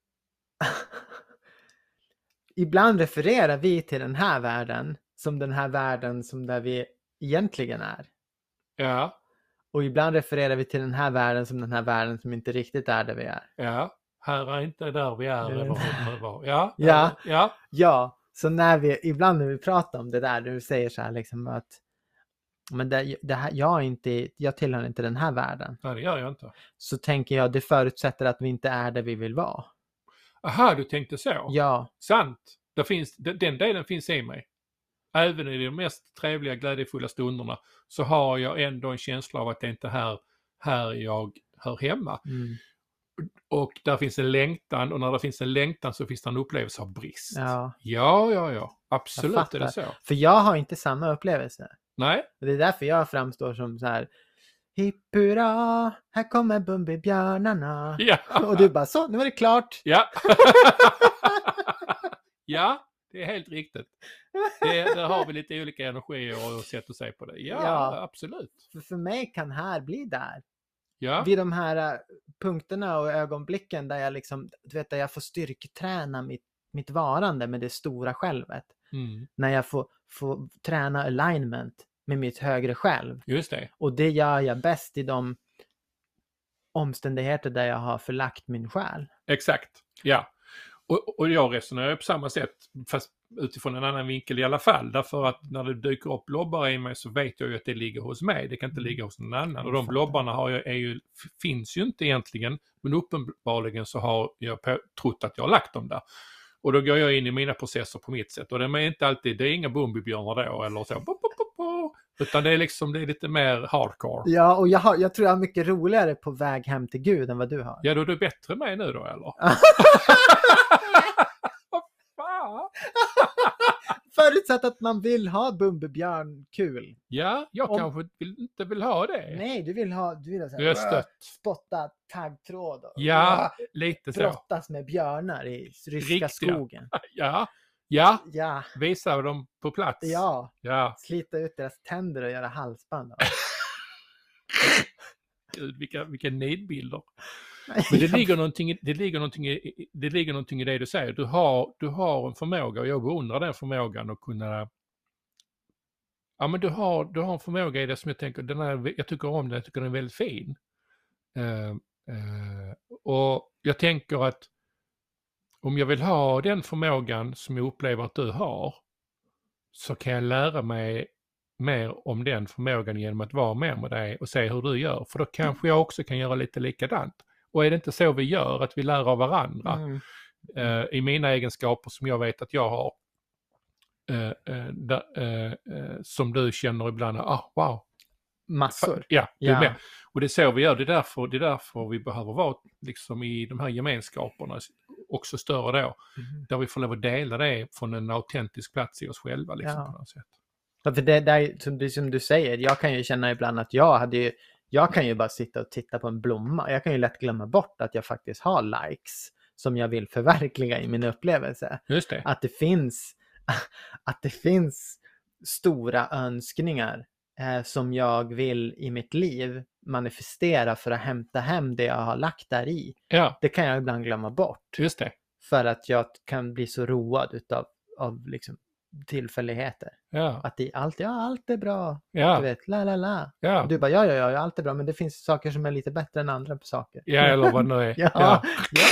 ibland refererar vi till den här världen som den här världen som där vi egentligen är. Ja. Och ibland refererar vi till den här världen som den här världen som inte riktigt är där vi är. Ja. Här är inte där vi är. Ja. Så ibland när vi pratar om det där, du säger så här liksom att men det här, jag tillhör inte den här världen. Nej, det gör jag inte. Så tänker jag, det förutsätter att vi inte är där vi vill vara. Aha, du tänkte så? Ja. Sant. Den delen finns i mig. Även i de mest trevliga, glädjefulla stunderna så har jag ändå en känsla av att det inte är här jag hör hemma. Och där finns en längtan, och när det finns en längtan så finns det en upplevelse av brist. Ja. Absolut är det så. För jag har inte samma upplevelse. Nej. Det är därför jag framstår som så här: hipp hurra, här kommer Bumbibjörnarna. Ja. Och du bara, så, nu var det klart. Ja. Ja, det är helt riktigt. Där har vi lite olika energier och sätt att se på det. Ja. Absolut. För mig kan här bli där. Ja. Vid de här punkterna och ögonblicken där jag liksom, du vet, där jag får styrketräna mitt varande med det stora självet. När jag får träna alignment med mitt högre själv. Just det. Och det gör jag bäst i de omständigheter där jag har förlagt min själ. Exakt, ja. Och jag resonerar på samma sätt, fast utifrån en annan vinkel i alla fall. Därför att när det dyker upp blobbar i mig så vet jag ju att det ligger hos mig. Det kan inte ligga hos någon annan. Och de blobbarna finns ju inte egentligen. Men uppenbarligen så har jag trott att jag har lagt dem där. Och då går jag in i mina processer på mitt sätt. Och det är inte alltid, det är inga Bumbibjörnar då eller så. Utan det är lite mer hardcore. Ja, och jag tror jag har mycket roligare på väg hem till Gud än vad du har. Ja, då är du bättre med nu då, eller? Förutsatt att man vill ha Bumbibjörn kul. Ja, jag kanske inte vill ha det. Nej, du vill ha spotta taggtråd och lite så. brottas med björnar i ryska skogen. Ja. Visa dem på plats. Ja. Slita ut deras tänder och göra halsband. Gud, vilka nidbilder. Men det ligger någonting i det du säger. Du har en förmåga, och jag beundrar den förmågan att kunna... Ja, men du har en förmåga i det som jag tänker, jag tycker om den, jag tycker den är väldigt fin. Och jag tänker att om jag vill ha den förmågan som jag upplever att du har, så kan jag lära mig mer om den förmågan genom att vara med dig och se hur du gör. För då kanske jag också kan göra lite likadant. Och är det inte så vi gör, att vi lär av varandra? I mina egenskaper som jag vet att jag har, som du känner ibland, wow. Massor. Ja, du är med. Och det är så vi gör, det är därför vi behöver vara liksom i de här gemenskaperna också större då, där vi får lov att dela det från en autentisk plats i oss själva liksom, på något sätt. Ja, för det där, som du säger, jag kan ju känna ibland att jag kan ju bara sitta och titta på en blomma. Jag kan ju lätt glömma bort att jag faktiskt har likes som jag vill förverkliga i min upplevelse. Just det. Att det finns stora önskningar som jag vill i mitt liv manifestera för att hämta hem det jag har lagt där i. Ja. Det kan jag ibland glömma bort. Just det. För att jag kan bli så road av liksom tillfälligheter. Ja. Att allt är bra. Ja. Du vet, la. Ja. Och du bara, ja, allt är bra. Men det finns saker som är lite bättre än andra saker. Ja, eller vad det nu är. Ja.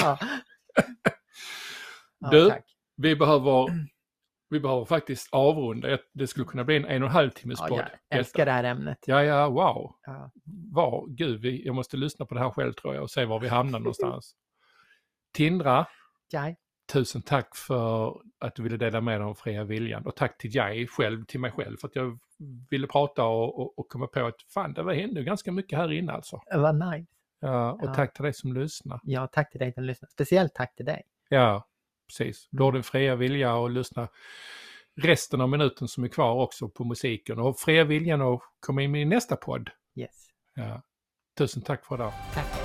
Du, tack. Vi behöver faktiskt avrunda. Det skulle kunna bli en 1,5 timmes podd. Jag älskar det här ämnet. Ja, wow. Ja. Gud, jag måste lyssna på det här själv tror jag och se var vi hamnar någonstans. Tindra. Ja. Tusen tack för att du ville dela med dig om fria viljan. Och tack till till mig själv för att jag ville prata och komma på att fan, det hände ganska mycket här inne alltså. Det var nice. Ja, och tack till dig som lyssnar. Ja, tack till dig som lyssnar. Speciellt tack till dig. Ja, precis. Då har du fria vilja och lyssna resten av minuten som är kvar också på musiken. Och fria viljan att komma in i nästa podd. Yes. Ja. Tusen tack för det. Tack.